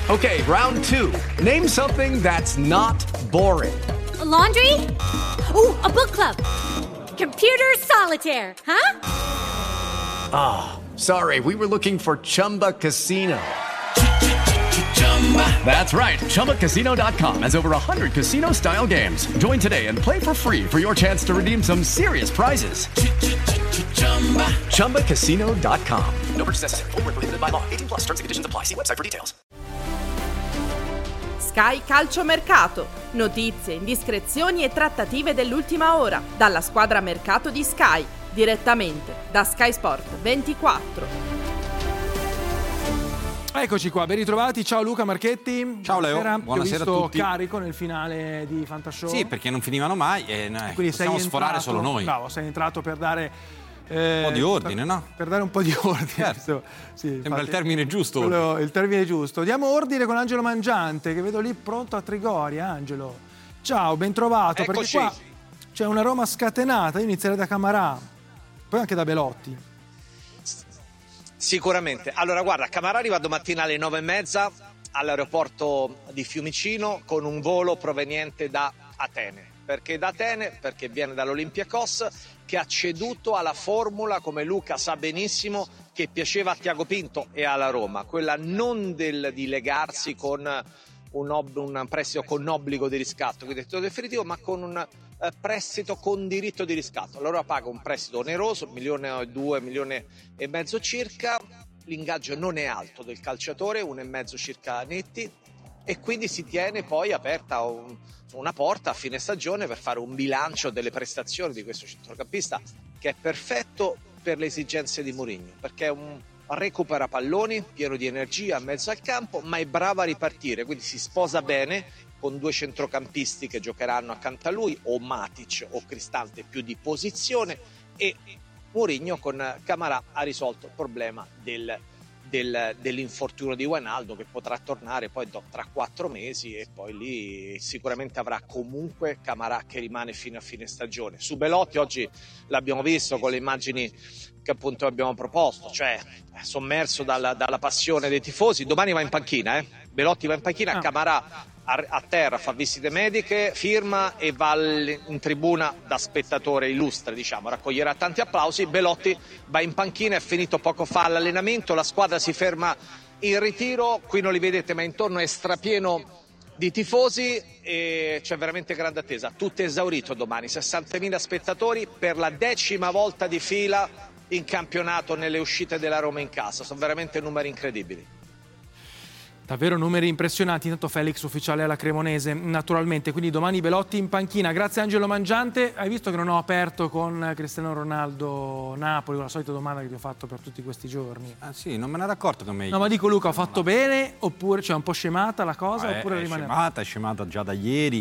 Okay, round 2. Name something that's not boring. A laundry? Ooh, a book club. Computer solitaire, huh? Ah, sorry, we were looking for Chumba Casino. That's right, ChumbaCasino.com has over 100 casino-style games. Join today and play for free for your chance to redeem some serious prizes. ChumbaCasino.com. No purchase necessary. Void where prohibited by law. 18+ terms and conditions apply. See website for details. Sky Calciomercato. Notizie, indiscrezioni e trattative dell'ultima ora dalla squadra mercato di Sky, direttamente da Sky Sport 24. Eccoci qua, ben ritrovati. Ciao Luca Marchetti. Ciao Leo, buonasera a tutti. carico nel finale di Fantashow. Sì, perché non finivano mai e possiamo sforare solo noi. Bravo, sei entrato per dare un po' di ordine, no? Per dare un po' di ordine. Certo. Sì, sembra infatti, il termine giusto. Il termine giusto. Diamo ordine con Angelo Mangiante, che vedo lì pronto a Trigoria. Angelo, ciao, ben trovato. Eccoci. Perché qua c'è una Roma scatenata. Io inizierei da Camarà, poi anche da Belotti. Sicuramente. Allora guarda, Camarà arriva domattina alle 9:30 all'aeroporto di Fiumicino con un volo proveniente da Atene. Perché da Atene? Perché viene dall'Olympiakos, che ha ceduto alla formula, come Luca sa benissimo, che piaceva a Tiago Pinto e alla Roma, quella non di legarsi con un prestito con obbligo di riscatto, quindi titolo definitivo, ma con un prestito con diritto di riscatto. Allora paga un prestito oneroso, 1,2 milioni e mezzo circa, l'ingaggio non è alto del calciatore, 1,5 circa netti, e quindi si tiene poi aperta una porta a fine stagione per fare un bilancio delle prestazioni di questo centrocampista, che è perfetto per le esigenze di Mourinho, perché è recupera palloni, pieno di energia a mezzo al campo, ma è bravo a ripartire, quindi si sposa bene con due centrocampisti che giocheranno accanto a lui, o Matic o Cristante, più di posizione, e Mourinho con Camarà ha risolto il problema dell'infortunio di Wijnaldum, che potrà tornare poi tra 4 mesi, e poi lì sicuramente avrà comunque Camarà che rimane fino a fine stagione. Su Belotti oggi l'abbiamo visto con le immagini che appunto abbiamo proposto, cioè sommerso dalla passione dei tifosi. Domani va in panchina, Belotti va in panchina, Camarà a terra fa visite mediche, firma e va in tribuna da spettatore illustre, diciamo, raccoglierà tanti applausi. Belotti va in panchina, è finito poco fa l'allenamento, la squadra si ferma in ritiro, qui non li vedete ma intorno è strapieno di tifosi e c'è veramente grande attesa. Tutto esaurito domani, 60.000 spettatori per la 10ª volta di fila in campionato nelle uscite della Roma in casa, sono veramente numeri incredibili. Davvero numeri impressionanti. Intanto Felix ufficiale alla Cremonese, naturalmente, quindi domani Belotti in panchina. Grazie Angelo Mangiante. Hai visto che non ho aperto con Cristiano Ronaldo Napoli, con la solita domanda che ti ho fatto per tutti questi giorni? Ah sì, non me ne ero accorto che No, ma dico Luca, ho fatto bene oppure c'è un po' scemata la cosa? Oppure rimane... è scemata già da ieri,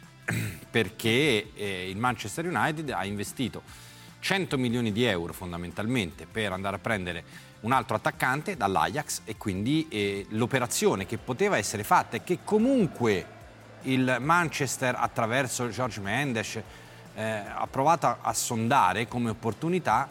perché il Manchester United ha investito 100 milioni di euro fondamentalmente per andare a prendere un altro attaccante dall'Ajax, e quindi l'operazione che poteva essere fatta e che comunque il Manchester attraverso George Mendes ha provato a sondare come opportunità,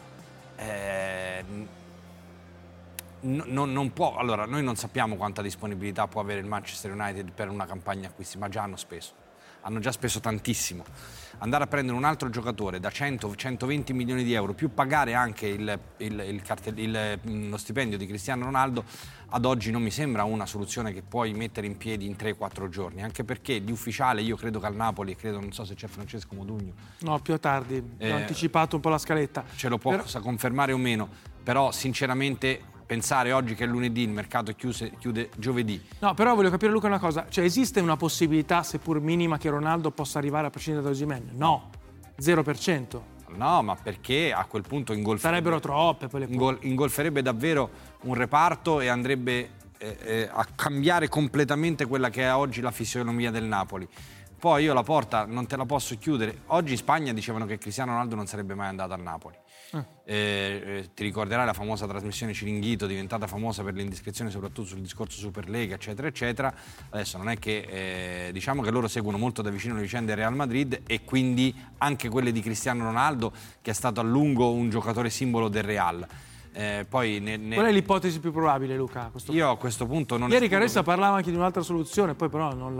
non può. Allora, noi non sappiamo quanta disponibilità può avere il Manchester United per una campagna acquisti, ma già hanno già speso tantissimo. Andare a prendere un altro giocatore da 100-120 milioni di euro, più pagare anche lo stipendio di Cristiano Ronaldo, ad oggi non mi sembra una soluzione che puoi mettere in piedi in 3-4 giorni, anche perché di ufficiale io credo che al Napoli, non so se c'è Francesco Modugno. No, più tardi, ho anticipato un po' la scaletta. Ce lo può confermare o meno, però sinceramente pensare oggi che è lunedì, il mercato chiude giovedì. No, però voglio capire Luca una cosa, cioè esiste una possibilità, seppur minima, che Ronaldo possa arrivare a prescindere da Osimhen? No, 0%. No, ma perché a quel punto sarebbero troppe ingolferebbe davvero un reparto e andrebbe a cambiare completamente quella che è oggi la fisionomia del Napoli. Poi io la porta non te la posso chiudere. Oggi in Spagna dicevano che Cristiano Ronaldo non sarebbe mai andato a Napoli. Ti ricorderai la famosa trasmissione Ciringhito, diventata famosa per le indiscrezioni soprattutto sul discorso Superlega, eccetera eccetera. Adesso non è che diciamo che loro seguono molto da vicino le vicende del Real Madrid, e quindi anche quelle di Cristiano Ronaldo, che è stato a lungo un giocatore simbolo del Real. Poi Qual è l'ipotesi più probabile, Luca? Io a questo punto non Ieri Caressa parlava anche di un'altra soluzione, poi però non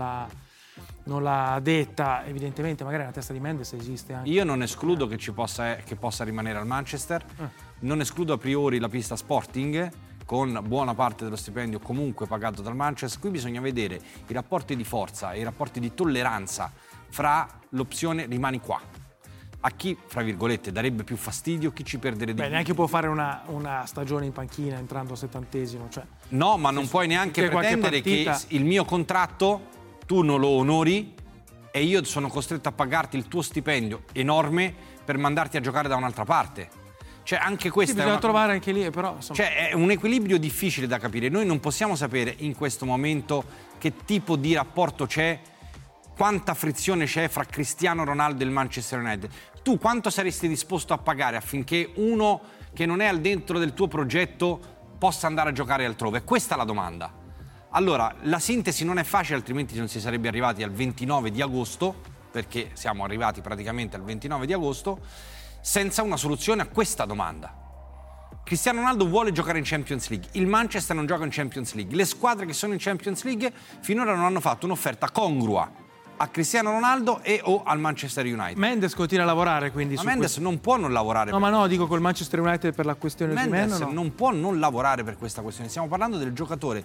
l'ha detta, evidentemente magari nella testa di Mendes esiste anche. Io non escludo che possa rimanere al Manchester, non escludo a priori la pista Sporting con buona parte dello stipendio comunque pagato dal Manchester. Qui bisogna vedere i rapporti di forza e i rapporti di tolleranza fra l'opzione rimani qua. A chi, fra virgolette, darebbe più fastidio, chi ci perderebbe di più. Neanche può fare una stagione in panchina entrando al 70°, cioè. No, ma non puoi neanche pretendere che il mio contratto tu non lo onori e io sono costretto a pagarti il tuo stipendio enorme per mandarti a giocare da un'altra parte. Cioè anche questa bisogna trovare anche lì, però insomma. Cioè è un equilibrio difficile da capire. Noi non possiamo sapere in questo momento che tipo di rapporto c'è, quanta frizione c'è fra Cristiano Ronaldo e il Manchester United. Tu quanto saresti disposto a pagare affinché uno che non è al dentro del tuo progetto possa andare a giocare altrove? Questa è la domanda. Allora, la sintesi non è facile, altrimenti non si sarebbe arrivati al 29 di agosto, perché siamo arrivati praticamente al 29 di agosto, senza una soluzione a questa domanda. Cristiano Ronaldo vuole giocare in Champions League, il Manchester non gioca in Champions League, le squadre che sono in Champions League finora non hanno fatto un'offerta congrua a Cristiano Ronaldo e o al Manchester United. Mendes continua a lavorare, quindi ma Mendes non può non lavorare. No, ma no, dico col Manchester United per la questione di Mendes non può non lavorare per questa questione. Stiamo parlando del giocatore,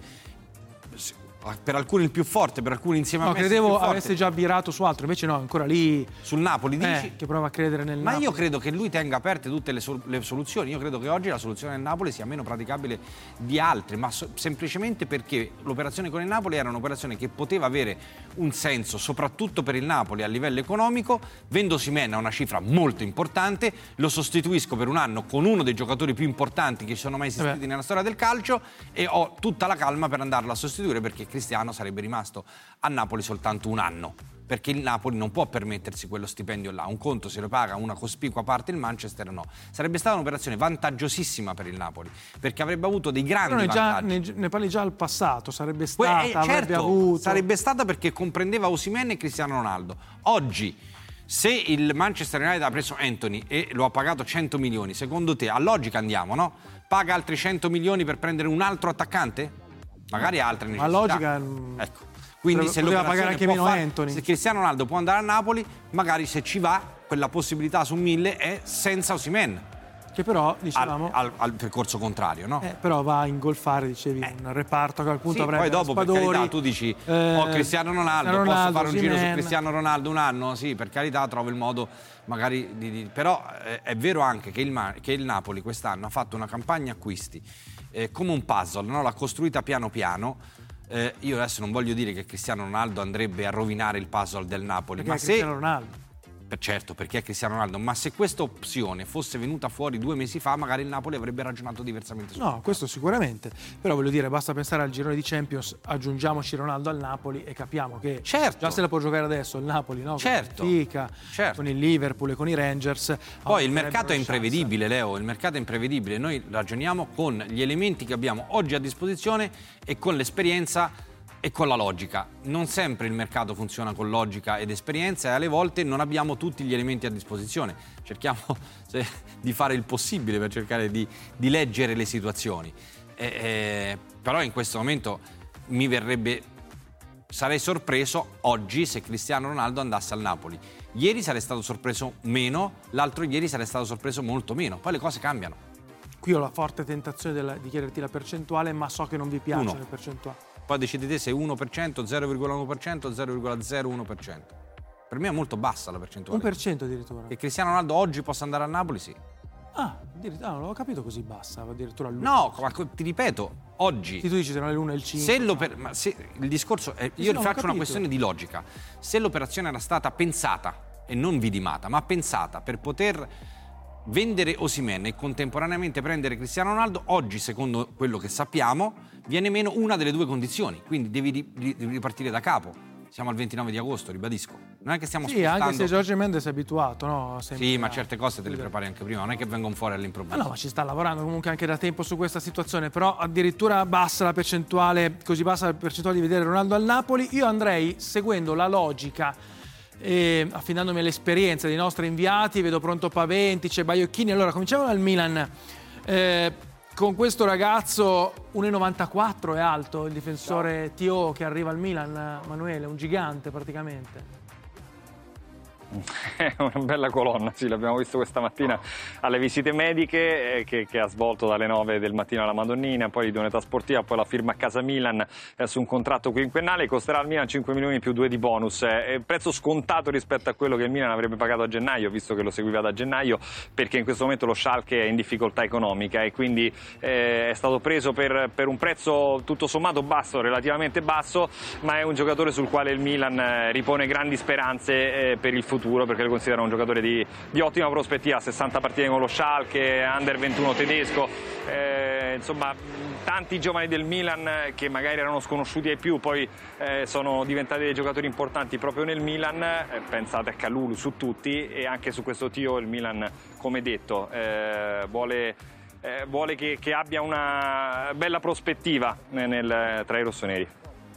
per alcuni il più forte, per alcuni insieme a Messi credevo avesse già virato su altro, invece no, ancora lì sul Napoli, dici? Che prova a credere nel Napoli. Ma io credo che lui tenga aperte tutte le soluzioni. Io credo che oggi la soluzione del Napoli sia meno praticabile di altre, ma semplicemente perché l'operazione con il Napoli era un'operazione che poteva avere un senso, soprattutto per il Napoli a livello economico. Vendo Osimhen a una cifra molto importante, lo sostituisco per un anno con uno dei giocatori più importanti che sono mai esistiti nella storia del calcio e ho tutta la calma per andarlo a sostituire, perché Cristiano sarebbe rimasto a Napoli soltanto un anno, perché il Napoli non può permettersi quello stipendio là. Un conto se lo paga una cospicua parte il Manchester, no. Sarebbe stata un'operazione vantaggiosissima per il Napoli, perché avrebbe avuto dei grandi vantaggi. Ne parli già al passato, sarebbe stata, avrebbe avuto. Sarebbe stata, perché comprendeva Osimhen e Cristiano Ronaldo. Oggi, se il Manchester United ha preso Anthony e lo ha pagato 100 milioni, secondo te, a logica andiamo, no? Paga altri 100 milioni per prendere un altro attaccante? Magari altre necessità. Ma logica. Ecco. Quindi se poteva pagare anche meno Anthony. Se Cristiano Ronaldo può andare a Napoli, magari se ci va, quella possibilità su 1000 è senza Osimhen. Che però, dicevamo, al percorso contrario, no? Però va a ingolfare, dicevi, un reparto che al punto avrebbe poi dopo, per carità, tu dici Cristiano Ronaldo, posso fare un giro su Cristiano Ronaldo un anno? Sì, per carità, trovo il modo magari però è vero anche che il Napoli quest'anno ha fatto una campagna acquisti come un puzzle, no? L'ha costruita piano piano. Io adesso non voglio dire che Cristiano Ronaldo andrebbe a rovinare il puzzle del Napoli, perché ma se Cristiano Ronaldo. Certo, perché è Cristiano Ronaldo, ma se questa opzione fosse venuta fuori 2 mesi fa, magari il Napoli avrebbe ragionato diversamente. No, questo sicuramente, però voglio dire, basta pensare al girone di Champions, aggiungiamoci Ronaldo al Napoli e capiamo che già se la può giocare adesso il Napoli, no? Certo. Con il Benfica, con il Liverpool e con i Rangers. Poi il mercato è imprevedibile, Leo, il mercato è imprevedibile. Noi ragioniamo con gli elementi che abbiamo oggi a disposizione e con l'esperienza e con la logica. Non sempre il mercato funziona con logica ed esperienza e alle volte non abbiamo tutti gli elementi a disposizione. Cerchiamo di fare il possibile per cercare di leggere le situazioni. Però in questo momento sarei sorpreso oggi se Cristiano Ronaldo andasse al Napoli. Ieri sarei stato sorpreso meno, l'altro ieri sarei stato sorpreso molto meno. Poi le cose cambiano. Qui ho la forte tentazione di chiederti la percentuale, ma so che non vi piacciono le percentuali. Poi decidi te se 1%, 0,1%, 0,01%. Per me è molto bassa la percentuale. 1% addirittura. Che Cristiano Ronaldo oggi possa andare a Napoli, sì. Addirittura non l'ho capito così bassa, addirittura l'1%. No, ma ti ripeto, oggi. Se tu dici se non è l'1 e il 5. Se il discorso è, io faccio una questione di logica. Se l'operazione era stata pensata e non vidimata, ma pensata per poter vendere Osimhen e contemporaneamente prendere Cristiano Ronaldo, oggi, secondo quello che sappiamo, viene meno una delle due condizioni, quindi devi ripartire da capo. Siamo al 29 di agosto, ribadisco. Non è che stiamo spostando. Anche se Jorge Mendes è abituato, no? Sì, ma certe cose te le prepari anche prima, non è che vengono fuori all'improvviso. No, ma ci sta lavorando comunque anche da tempo su questa situazione, però addirittura bassa la percentuale, così bassa la percentuale di vedere Ronaldo al Napoli. Io andrei seguendo la logica affidandomi all'esperienza dei nostri inviati. Vedo pronto Paventi, c'è Baiocchini. Allora cominciamo dal Milan. con questo ragazzo 1,94 è alto, il difensore Thio che arriva al Milan, Manuele, un gigante praticamente. È una bella colonna, sì, l'abbiamo visto questa mattina alle visite mediche che ha svolto dalle 9 del mattino alla Madonnina, poi l'idoneità sportiva, poi la firma a casa Milan su un contratto quinquennale, costerà al Milan 5 milioni più 2 di bonus, è prezzo scontato rispetto a quello che il Milan avrebbe pagato a gennaio, visto che lo seguiva da gennaio, perché in questo momento lo Schalke è in difficoltà economica e quindi è stato preso per un prezzo tutto sommato basso, relativamente basso, ma è un giocatore sul quale il Milan ripone grandi speranze per il futuro, perché lo considera un giocatore di ottima prospettiva, 60 partite con lo Schalke, under 21 tedesco, insomma tanti giovani del Milan che magari erano sconosciuti ai più, poi sono diventati dei giocatori importanti proprio nel Milan, pensate a Kalulu su tutti, e anche su questo Thio il Milan, come detto, vuole che abbia una bella prospettiva tra i rossoneri.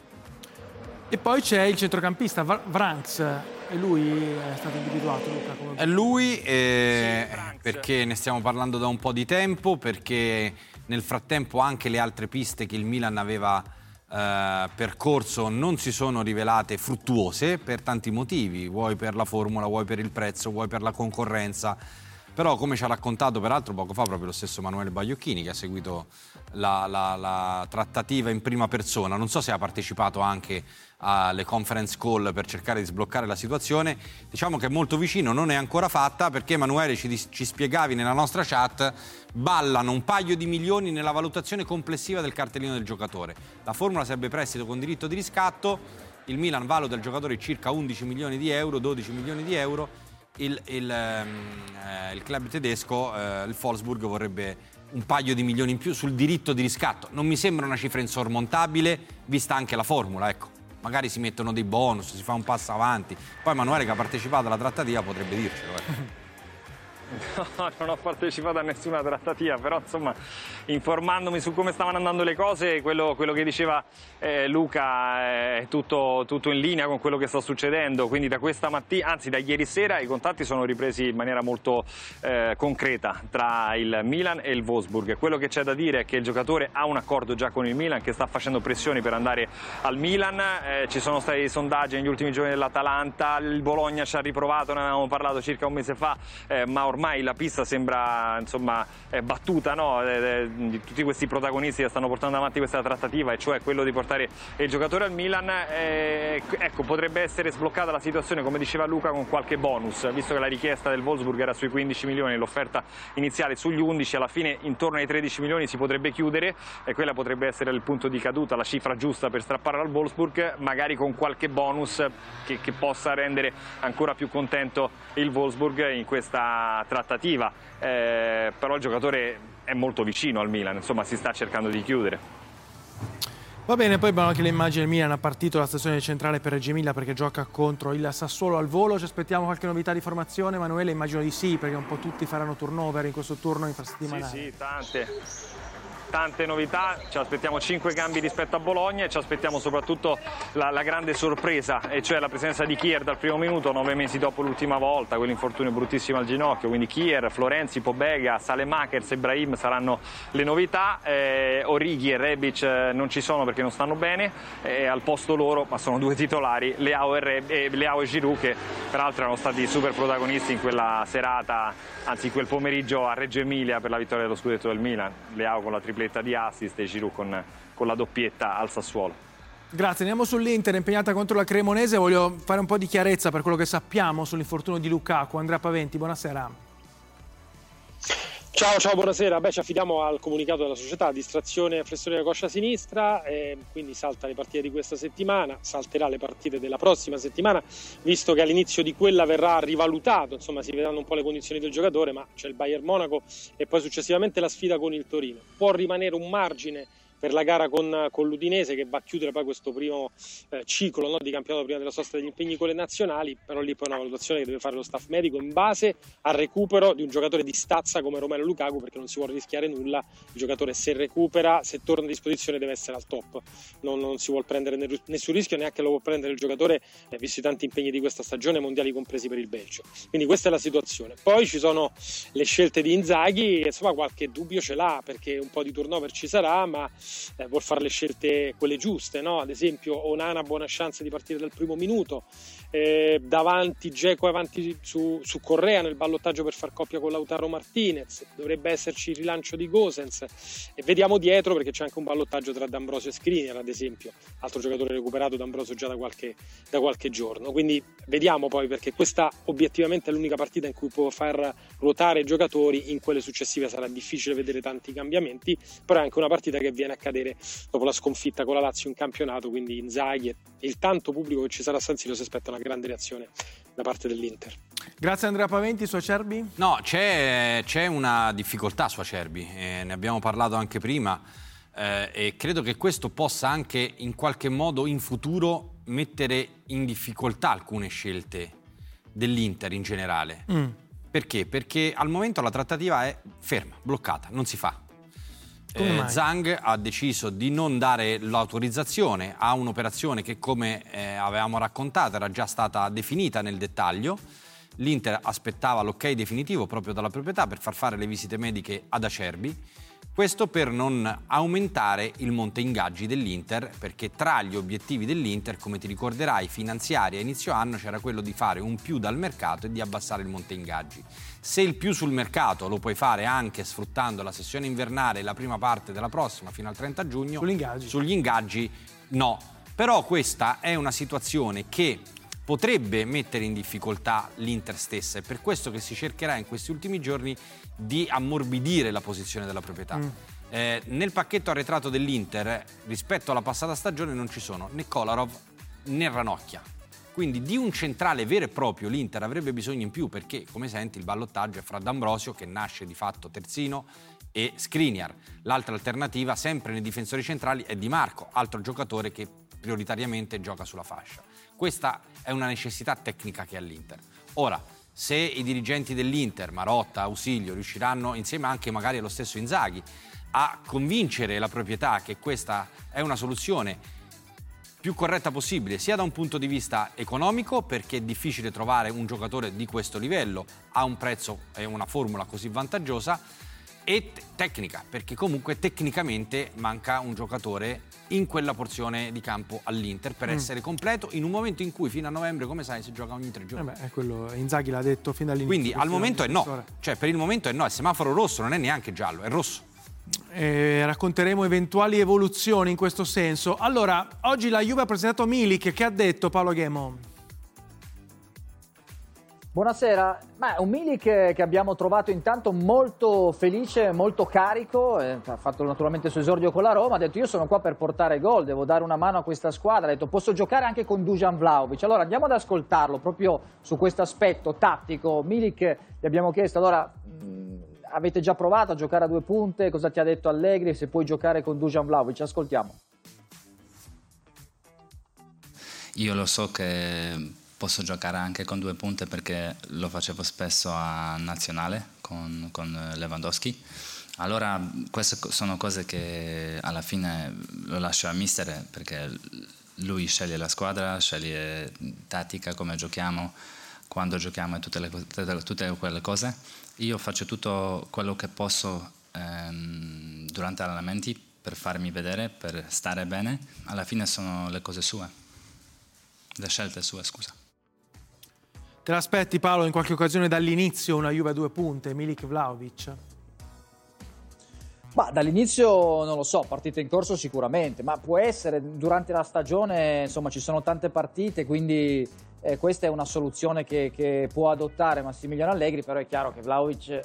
E poi c'è il centrocampista Vranks, e lui è stato individuato, Luca, come... È lui, perché ne stiamo parlando da un po' di tempo, perché nel frattempo anche le altre piste che il Milan aveva percorso non si sono rivelate fruttuose per tanti motivi, vuoi per la formula, vuoi per il prezzo, vuoi per la concorrenza. Però, come ci ha raccontato peraltro poco fa proprio lo stesso Emanuele Baiocchini, che ha seguito la trattativa in prima persona, non so se ha partecipato anche alle conference call per cercare di sbloccare la situazione, diciamo che è molto vicino, non è ancora fatta, perché Emanuele ci spiegavi nella nostra chat, ballano un paio di milioni nella valutazione complessiva del cartellino del giocatore. La formula sarebbe prestito con diritto di riscatto, il Milan valuta il giocatore circa 11 milioni di euro, 12 milioni di euro. Il club tedesco, il Wolfsburg, vorrebbe un paio di milioni in più sul diritto di riscatto. Non mi sembra una cifra insormontabile, vista anche la formula, ecco. Magari si mettono dei bonus, si fa un passo avanti. Poi Emanuele, che ha partecipato alla trattativa, potrebbe dircelo, ecco. No, non ho partecipato a nessuna trattativa, però insomma, informandomi su come stavano andando le cose, quello che diceva Luca è tutto in linea con quello che sta succedendo, quindi da questa mattina, anzi da ieri sera, i contatti sono ripresi in maniera molto concreta tra il Milan e il Wolfsburg. Quello che c'è da dire è che il giocatore ha un accordo già con il Milan, che sta facendo pressioni per andare al Milan, ci sono stati dei sondaggi negli ultimi giorni dell'Atalanta, il Bologna ci ha riprovato, ne avevamo parlato circa un mese fa, ma ormai la pista sembra insomma battuta, no? Di tutti questi protagonisti che stanno portando avanti questa trattativa, e cioè quello di portare il giocatore al Milan, ecco, potrebbe essere sbloccata la situazione, come diceva Luca, con qualche bonus, visto che la richiesta del Wolfsburg era sui 15 milioni, l'offerta iniziale sugli 11, alla fine intorno ai 13 milioni si potrebbe chiudere, e quella potrebbe essere il punto di caduta, la cifra giusta per strappare al Wolfsburg, magari con qualche bonus che possa rendere ancora più contento il Wolfsburg in questa trattativa, però il giocatore è molto vicino al Milan, insomma si sta cercando di chiudere. Va bene, poi abbiamo anche le immagini del Milan, ha partito la stazione centrale per Reggio Emilia perché gioca contro il Sassuolo al volo. Ci aspettiamo qualche novità di formazione, Emanuele? Immagino di sì, perché un po' tutti faranno turnover in questo turno infrasettimanale. Sì, tante novità, ci aspettiamo 5 cambi rispetto a Bologna, e ci aspettiamo soprattutto la grande sorpresa, e cioè la presenza di Kier dal primo minuto, 9 mesi dopo l'ultima volta, quell'infortunio bruttissimo al ginocchio. Quindi Kier, Florenzi, Pobega, Salemakers e Brahim saranno le novità, Origi e Rebic non ci sono perché non stanno bene, al posto loro, ma sono due titolari, Leao e Giroud, che peraltro erano stati super protagonisti in quella serata, anzi in quel pomeriggio a Reggio Emilia per la vittoria dello scudetto del Milan. Leao con la tripletta di assist e Giroud con la doppietta al Sassuolo. Grazie, andiamo sull'Inter impegnata contro la Cremonese. Voglio fare un po' di chiarezza per quello che sappiamo sull'infortunio di Lukaku. Andrea Paventi, buonasera. Ciao, buonasera. Ci affidiamo al comunicato della società, distrazione e flessione della coscia sinistra, quindi salta le partite di questa settimana, salterà le partite della prossima settimana, visto che all'inizio di quella verrà rivalutato, insomma si vedranno un po' le condizioni del giocatore, ma c'è il Bayern Monaco e poi successivamente la sfida con il Torino. Può rimanere un margine per la gara con l'Udinese, che va a chiudere poi questo primo ciclo, no, di campionato prima della sosta degli impegni con le nazionali. Però lì poi è una valutazione che deve fare lo staff medico in base al recupero di un giocatore di stazza come Romelu Lukaku, perché non si vuole rischiare nulla. Il giocatore, se recupera, se torna a disposizione, deve essere al top, non si vuole prendere nessun rischio, neanche lo può prendere il giocatore visto i tanti impegni di questa stagione, mondiali compresi per il Belgio. Quindi questa è la situazione. Poi ci sono le scelte di Inzaghi, che insomma qualche dubbio ce l'ha, perché un po' di turnover ci sarà, ma vuol fare le scelte quelle giuste, no? Ad esempio Onana ha buona chance di partire dal primo minuto, davanti Dzeko avanti su Correa nel ballottaggio per far coppia con Lautaro Martinez, dovrebbe esserci il rilancio di Gosens, e vediamo dietro, perché c'è anche un ballottaggio tra D'Ambrosio e Skriniar, ad esempio, altro giocatore recuperato D'Ambrosio già da qualche giorno. Quindi vediamo poi, perché questa obiettivamente è l'unica partita in cui può far ruotare i giocatori. In quelle successive sarà difficile vedere tanti cambiamenti, però è anche una partita che viene a cadere dopo la sconfitta con la Lazio in campionato, quindi Inzaghi e il tanto pubblico che ci sarà a San Siro si aspetta una grande reazione da parte dell'Inter. Grazie Andrea Paventi. Su Acerbi? No, c'è una difficoltà su Acerbi, ne abbiamo parlato anche prima, e credo che questo possa anche in qualche modo in futuro mettere in difficoltà alcune scelte dell'Inter in generale. Perché? Perché al momento la trattativa è ferma, bloccata, non si fa. Zhang ha deciso di non dare l'autorizzazione a un'operazione che, come avevamo raccontato, era già stata definita nel dettaglio. L'Inter aspettava l'ok definitivo proprio dalla proprietà per far fare le visite mediche ad Acerbi. Questo per non aumentare il monte ingaggi dell'Inter, perché tra gli obiettivi dell'Inter, come ti ricorderai, finanziari a inizio anno c'era quello di fare un più dal mercato e di abbassare il monte ingaggi. Se il più sul mercato lo puoi fare anche sfruttando la sessione invernale e la prima parte della prossima fino al 30 giugno, sugli ingaggi no. Però questa è una situazione che potrebbe mettere in difficoltà l'Inter stessa, è per questo che si cercherà in questi ultimi giorni di ammorbidire la posizione della proprietà. Nel pacchetto arretrato dell'Inter rispetto alla passata stagione non ci sono né Kolarov né Ranocchia, quindi di un centrale vero e proprio l'Inter avrebbe bisogno in più, perché come senti il ballottaggio è fra D'Ambrosio, che nasce di fatto terzino, e Skriniar. L'altra alternativa sempre nei difensori centrali è Di Marco, altro giocatore che prioritariamente gioca sulla fascia. Questa è una necessità tecnica che ha l'Inter. Ora, se i dirigenti dell'Inter, Marotta, Ausilio, riusciranno, insieme anche magari allo stesso Inzaghi, a convincere la proprietà che questa è una soluzione più corretta possibile, sia da un punto di vista economico, perché è difficile trovare un giocatore di questo livello a un prezzo e una formula così vantaggiosa, e tecnica, perché comunque tecnicamente manca un giocatore in quella porzione di campo all'Inter per essere completo in un momento in cui fino a novembre, come sai, si gioca ogni 3 giorni. Quello Inzaghi l'ha detto fin dall'inizio. Quindi al momento è no, cioè per il momento è no, è semaforo rosso, non è neanche giallo, è rosso. Racconteremo eventuali evoluzioni in questo senso. Allora, oggi la Juve ha presentato Milik, che ha detto Paolo Ghemo? Buonasera, un Milik che abbiamo trovato intanto molto felice, molto carico, ha fatto naturalmente il suo esordio con la Roma, ha detto io sono qua per portare gol, devo dare una mano a questa squadra, ha detto posso giocare anche con Dusan Vlahovic. Allora andiamo ad ascoltarlo proprio su questo aspetto tattico. Milik, gli abbiamo chiesto, allora avete già provato a giocare a 2 punte, cosa ti ha detto Allegri, se puoi giocare con Dusan Vlahovic, ascoltiamo. Io lo so che posso giocare anche con 2 punte perché lo facevo spesso a nazionale con Lewandowski. Allora queste sono cose che alla fine lo lascio a mister, perché lui sceglie la squadra, sceglie tattica, come giochiamo, quando giochiamo e tutte quelle cose. Io faccio tutto quello che posso durante gli allenamenti per farmi vedere, per stare bene. Alla fine sono le cose sue, le scelte sue, scusa. Te l'aspetti, Paolo, in qualche occasione dall'inizio una Juve a 2 punte, Milik Vlahovic? Dall'inizio non lo so, partita in corso sicuramente, ma può essere durante la stagione, insomma ci sono tante partite, quindi questa è una soluzione che può adottare Massimiliano Allegri, però è chiaro che Vlahovic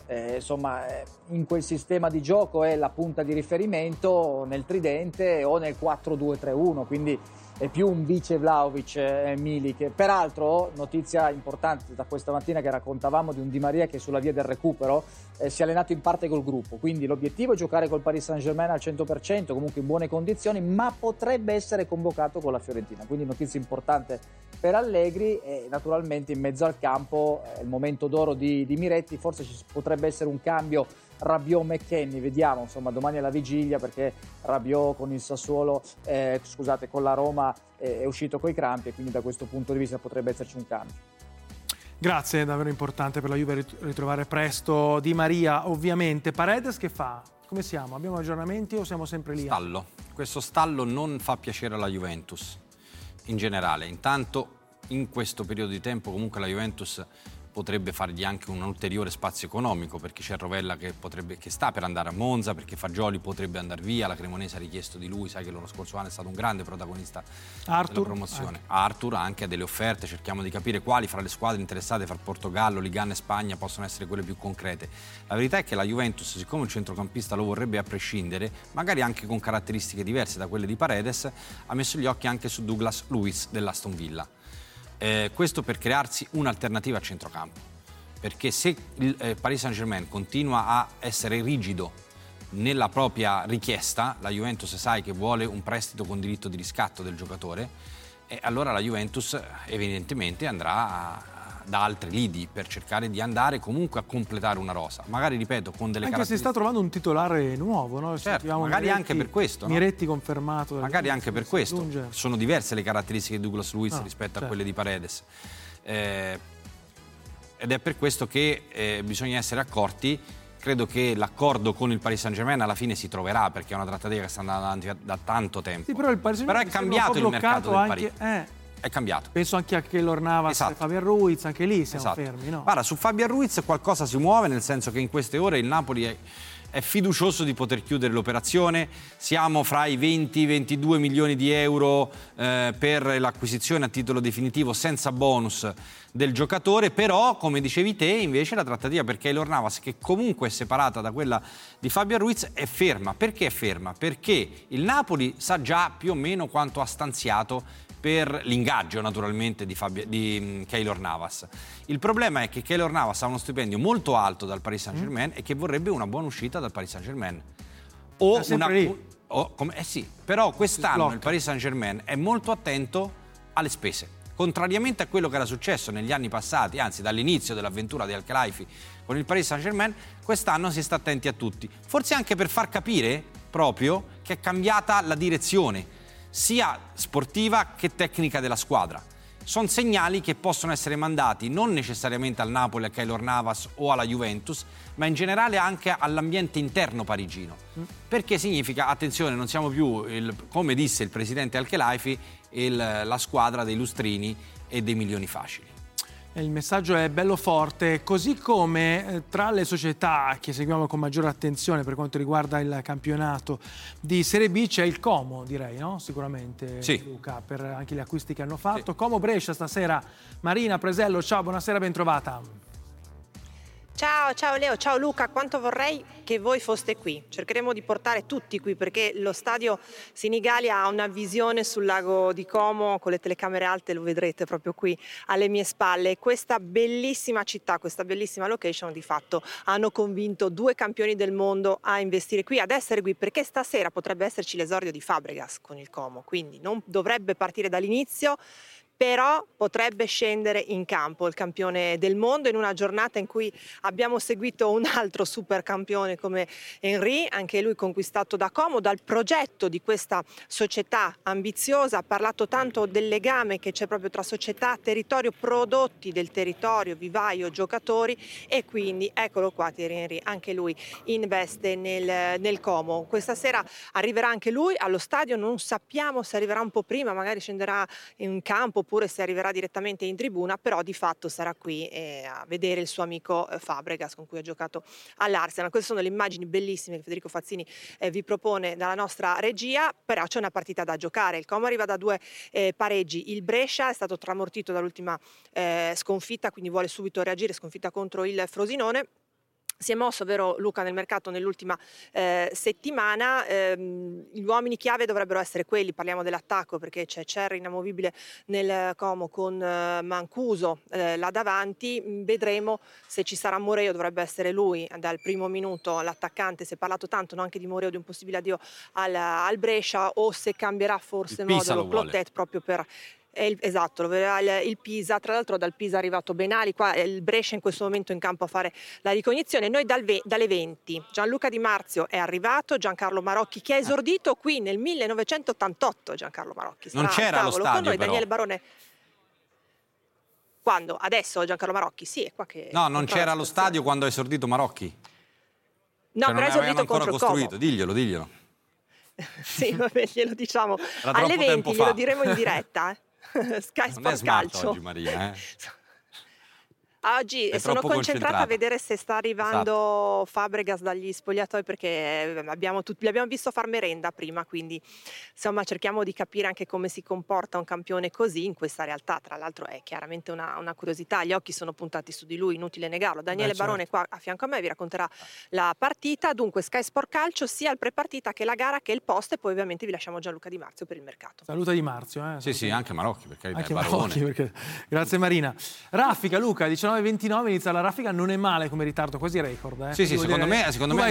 in quel sistema di gioco è la punta di riferimento nel tridente o nel 4-2-3-1, quindi è più un vice Vlahovic Milik. Peraltro, notizia importante da questa mattina che raccontavamo di un Di Maria che è sulla via del recupero, si è allenato in parte col gruppo, quindi l'obiettivo è giocare col Paris Saint-Germain al 100%, comunque in buone condizioni, ma potrebbe essere convocato con la Fiorentina, quindi notizia importante per Allegri. E naturalmente in mezzo al campo il momento d'oro di Miretti, forse ci potrebbe essere un cambio Rabiot-McKennie, vediamo, insomma domani è la vigilia, perché Rabiot con il Sassuolo, con la Roma è uscito coi crampi, e quindi da questo punto di vista potrebbe esserci un cambio. Grazie, è davvero importante per la Juve ritrovare presto Di Maria, ovviamente. Paredes che fa? Come siamo? Abbiamo aggiornamenti o siamo sempre lì? Stallo. Questo stallo non fa piacere alla Juventus in generale. Intanto in questo periodo di tempo comunque la Juventus potrebbe fargli anche un ulteriore spazio economico, perché c'è Rovella che sta per andare a Monza, perché Fagioli potrebbe andare via, la Cremonese ha richiesto di lui, sai che lo scorso anno è stato un grande protagonista della promozione. Arthur anche ha delle offerte, cerchiamo di capire quali fra le squadre interessate fra Portogallo, Liga e Spagna possono essere quelle più concrete. La verità è che la Juventus, siccome un centrocampista lo vorrebbe a prescindere, magari anche con caratteristiche diverse da quelle di Paredes, ha messo gli occhi anche su Douglas Luiz dell'Aston Villa. Questo per crearsi un'alternativa a centrocampo, perché se il Paris Saint-Germain continua a essere rigido nella propria richiesta, la Juventus sai che vuole un prestito con diritto di riscatto del giocatore, e allora la Juventus evidentemente andrà da altri lidi per cercare di andare comunque a completare una rosa, magari ripeto con delle anche se sta trovando un titolare nuovo, no? Certo, magari anche per questo, no? Miretti confermato, magari anche per questo sono diverse le caratteristiche di Douglas Luiz rispetto a quelle di Paredes, ed è per questo che bisogna essere accorti. Credo che l'accordo con il Paris Saint-Germain alla fine si troverà, perché è una trattativa che sta andando avanti da tanto tempo. Sì, però il Paris Saint-Germain è cambiato il mercato del anche, Paris. È cambiato. Penso anche a Keylor Navas e Fabian Ruiz, anche lì siamo fermi, no? Guarda, su Fabian Ruiz qualcosa si muove, nel senso che in queste ore il Napoli è fiducioso di poter chiudere l'operazione. Siamo fra i 20-22 milioni di euro per l'acquisizione a titolo definitivo senza bonus del giocatore, però come dicevi te invece la trattativa per Keylor Navas, che comunque è separata da quella di Fabian Ruiz, è ferma. Perché è ferma? Perché il Napoli sa già più o meno quanto ha stanziato per l'ingaggio naturalmente di Keylor Navas. Il problema è che Keylor Navas ha uno stipendio molto alto dal Paris Saint-Germain e che vorrebbe una buona uscita dal Paris Saint-Germain. Però quest'anno il Paris Saint-Germain è molto attento alle spese. Contrariamente a quello che era successo negli anni passati, anzi dall'inizio dell'avventura di Al-Khelaifi con il Paris Saint-Germain, quest'anno si sta attenti a tutti. Forse anche per far capire proprio che è cambiata la direzione sia sportiva che tecnica della squadra. Sono segnali che possono essere mandati non necessariamente al Napoli, a Keylor Navas o alla Juventus, ma in generale anche all'ambiente interno parigino. Perché significa, attenzione, non siamo più, come disse il presidente Al-Khelaifi, la squadra dei lustrini e dei milioni facili. Il messaggio è bello forte, così come tra le società che seguiamo con maggiore attenzione per quanto riguarda il campionato di Serie B c'è il Como, direi, no? Sicuramente, sì. Luca, per anche gli acquisti che hanno fatto. Sì. Como Brescia stasera, Marina Presello, ciao, buonasera, ben trovata. Ciao Leo, ciao Luca, quanto vorrei che voi foste qui. Cercheremo di portare tutti qui, perché lo stadio Senigallia ha una visione sul lago di Como con le telecamere alte, lo vedrete proprio qui alle mie spalle. Questa bellissima città, questa bellissima location di fatto hanno convinto 2 campioni del mondo a investire qui, ad essere qui, perché stasera potrebbe esserci l'esordio di Fabregas con il Como, quindi non dovrebbe partire dall'inizio, però potrebbe scendere in campo il campione del mondo in una giornata in cui abbiamo seguito un altro super campione come Henry, anche lui conquistato da Como, dal progetto di questa società ambiziosa. Ha parlato tanto del legame che c'è proprio tra società, territorio, prodotti del territorio, vivaio, giocatori, e quindi eccolo qua Thierry Henry, anche lui investe nel Como. Questa sera arriverà anche lui allo stadio, non sappiamo se arriverà un po' prima, magari scenderà in campo oppure se arriverà direttamente in tribuna, però di fatto sarà qui a vedere il suo amico Fabregas, con cui ha giocato all'Arsenal. Queste sono le immagini bellissime che Federico Fazzini vi propone dalla nostra regia, però c'è una partita da giocare. Il Como arriva da 2 pareggi, il Brescia è stato tramortito dall'ultima sconfitta, quindi vuole subito reagire, sconfitta contro il Frosinone. Si è mosso, vero Luca, nel mercato nell'ultima settimana. Gli uomini chiave dovrebbero essere quelli, parliamo dell'attacco perché c'è Cerri inamovibile nel Como con Mancuso là davanti. Vedremo se ci sarà Moreo, dovrebbe essere lui dal primo minuto l'attaccante. Si è parlato tanto anche di Moreo, di un possibile addio al Brescia, o se cambierà forse modulo Clotet proprio per... Esatto, lo vedrà il Pisa. Tra l'altro dal Pisa è arrivato Benali, qua il Brescia in questo momento in campo a fare la ricognizione. Noi dalle 20 Gianluca Di Marzio è arrivato, Giancarlo Marocchi che ha esordito qui nel 1988. Giancarlo Marocchi non c'era allo stadio con noi, però. Daniele Barone. Quando? Adesso Giancarlo Marocchi? Sì, è qua che... No, non c'era allo stadio quando ha esordito Marocchi. No, cioè, però ha esordito contro il Como. Diglielo. Sì, vabbè, glielo diciamo. Era Alle 20 glielo fa. diremo in diretta. Sky non è Sport smart Calcio. oggi, Maria. Oggi sono concentrata a vedere se sta arrivando Fabregas dagli spogliatoi, perché li abbiamo visto far merenda prima, quindi insomma cerchiamo di capire anche come si comporta un campione così in questa realtà. Tra l'altro è chiaramente una curiosità, gli occhi sono puntati su di lui, inutile negarlo. Daniele Barone qua a fianco a me vi racconterà la partita. Dunque Sky Sport Calcio, sia il prepartita che la gara che il post, e poi ovviamente vi lasciamo Gianluca Di Marzio per il mercato. Saluta Di Marzio. Sì, anche Marocchi, perché anche Marocchi, perché... Grazie Marina. Raffica, Luca, 19:29 inizia la raffica, non è male come ritardo, quasi record. Sì, secondo me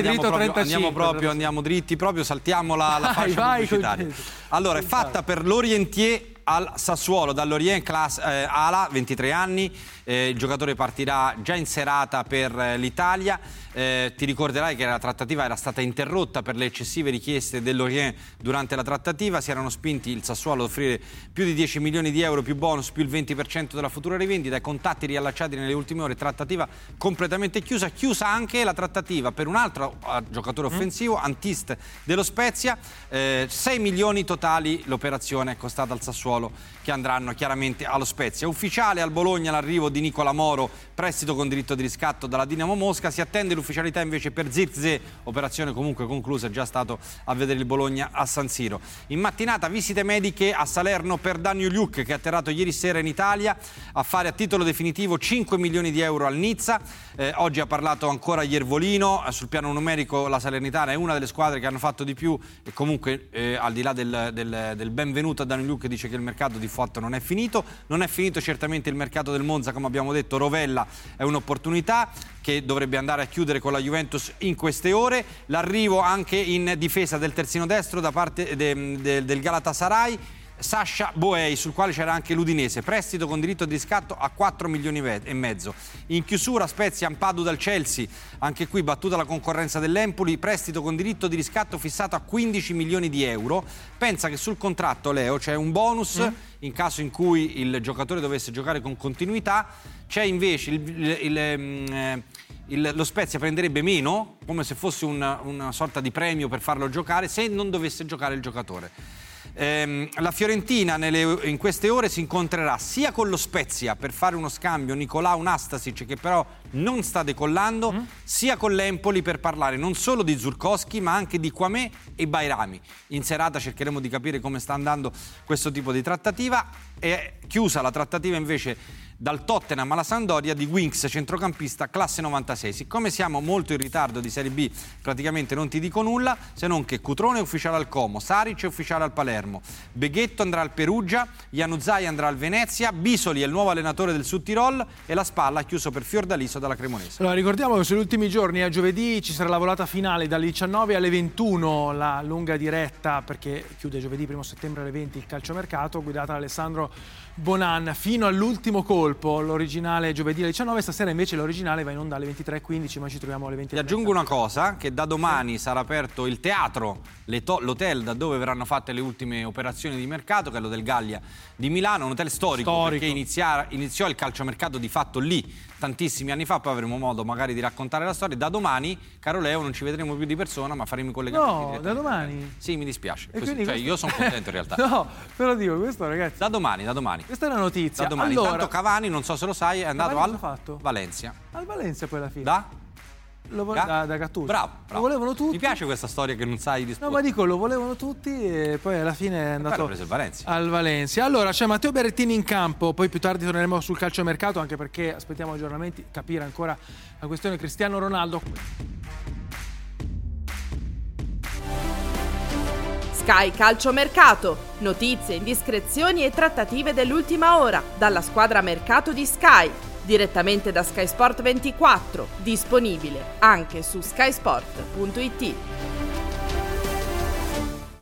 andiamo dritti, saltiamo la fascia pubblicitaria. Allora, è fatta per l'Orientier al Sassuolo, dall'Orient Class Ala, 23 anni, il giocatore partirà già in serata per l'Italia. Ti ricorderai che la trattativa era stata interrotta per le eccessive richieste dell'Orient. Durante la trattativa si erano spinti il Sassuolo ad offrire più di 10 milioni di euro più bonus più il 20% della futura rivendita. I contatti riallacciati nelle ultime ore, trattativa completamente chiusa anche la trattativa per un altro giocatore offensivo, Antist dello Spezia. 6 milioni totali l'operazione è costata al Sassuolo, che andranno chiaramente allo Spezia. Ufficiale al Bologna l'arrivo di Nicola Moro, prestito con diritto di riscatto dalla Dinamo Mosca. Si attende l'ufficialità invece per Zirkzee, operazione comunque conclusa, è già stato a vedere il Bologna a San Siro. In mattinata visite mediche a Salerno per Daniel Luc, che è atterrato ieri sera in Italia a fare a titolo definitivo 5 milioni di euro al Nizza. Oggi ha parlato ancora Iervolino. Sul piano numerico la Salernitana è una delle squadre che hanno fatto di più, e comunque al di là del benvenuto a Daniel Luc dice che il mercato di fatto non è finito. Non è finito certamente il mercato del Monza, come abbiamo detto. Rovella è un'opportunità che dovrebbe andare a chiudere con la Juventus in queste ore. L'arrivo anche in difesa del terzino destro da parte del Galatasaray, Sasha Boei, sul quale c'era anche l'Udinese, prestito con diritto di riscatto a 4 milioni e mezzo. In chiusura Spezia Ampadu dal Chelsea, anche qui battuta la concorrenza dell'Empoli, prestito con diritto di riscatto fissato a 15 milioni di euro. Pensa che sul contratto, Leo, c'è un bonus in caso in cui il giocatore dovesse giocare con continuità. C'è invece lo Spezia prenderebbe meno, come se fosse una sorta di premio per farlo giocare se non dovesse giocare il giocatore. La Fiorentina in queste ore si incontrerà sia con lo Spezia per fare uno scambio Nicolau Nastasic, che però non sta decollando, sia con l'Empoli per parlare non solo di Zurkowski ma anche di Kwame e Bairami. In serata cercheremo di capire come sta andando questo tipo di trattativa. È chiusa la trattativa invece dal Tottenham alla Sampdoria di Winks, centrocampista classe 96. Siccome siamo molto in ritardo di Serie B, praticamente non ti dico nulla, se non che Cutrone è ufficiale al Como, Saric è ufficiale al Palermo, Beghetto andrà al Perugia, Januzaj andrà al Venezia, Bisoli è il nuovo allenatore del Sud Tirol e la Spalla ha chiuso per Fiordaliso dalla Cremonese. Allora, ricordiamo che sugli ultimi giorni, a giovedì, ci sarà la volata finale dalle 19 alle 21, la lunga diretta, perché chiude giovedì 1 settembre alle 20 il calciomercato, guidata da Alessandro Bonan fino all'ultimo colpo. colpo l'originale giovedì alle 19, stasera invece l'originale va in onda alle 23:15, ma ci troviamo alle 20:30. Ti aggiungo una cosa, che da domani sarà aperto il teatro, l'hotel da dove verranno fatte le ultime operazioni di mercato, che è l'Hotel Gallia di Milano, un hotel storico. Perché iniziò il calciomercato di fatto lì tantissimi anni fa, poi avremo modo magari di raccontare la storia. Da domani, caro Leo, non ci vedremo più di persona, ma faremo i collegamenti. No, da domani? Sì, mi dispiace. Così, questo... io sono contento in realtà. No, ve lo dico, questo ragazzi. Da domani. Questa è una notizia. Da domani. Allora, intanto Cavani, non so se lo sai, è andato al Valencia. Al Valencia poi alla fine. Da Gattuso. Bravo. Lo volevano tutti. Mi piace questa storia che non sai di sport. No, ma dico, lo volevano tutti e poi alla fine è andato preso il Valencia. al Valencia. Allora, c'è Matteo Berrettini in campo, poi più tardi torneremo sul calciomercato, anche perché aspettiamo aggiornamenti, capire ancora la questione Cristiano Ronaldo. Sky Calciomercato. Notizie, indiscrezioni e trattative dell'ultima ora dalla squadra mercato di Sky. Direttamente da Sky Sport 24, disponibile anche su skysport.it.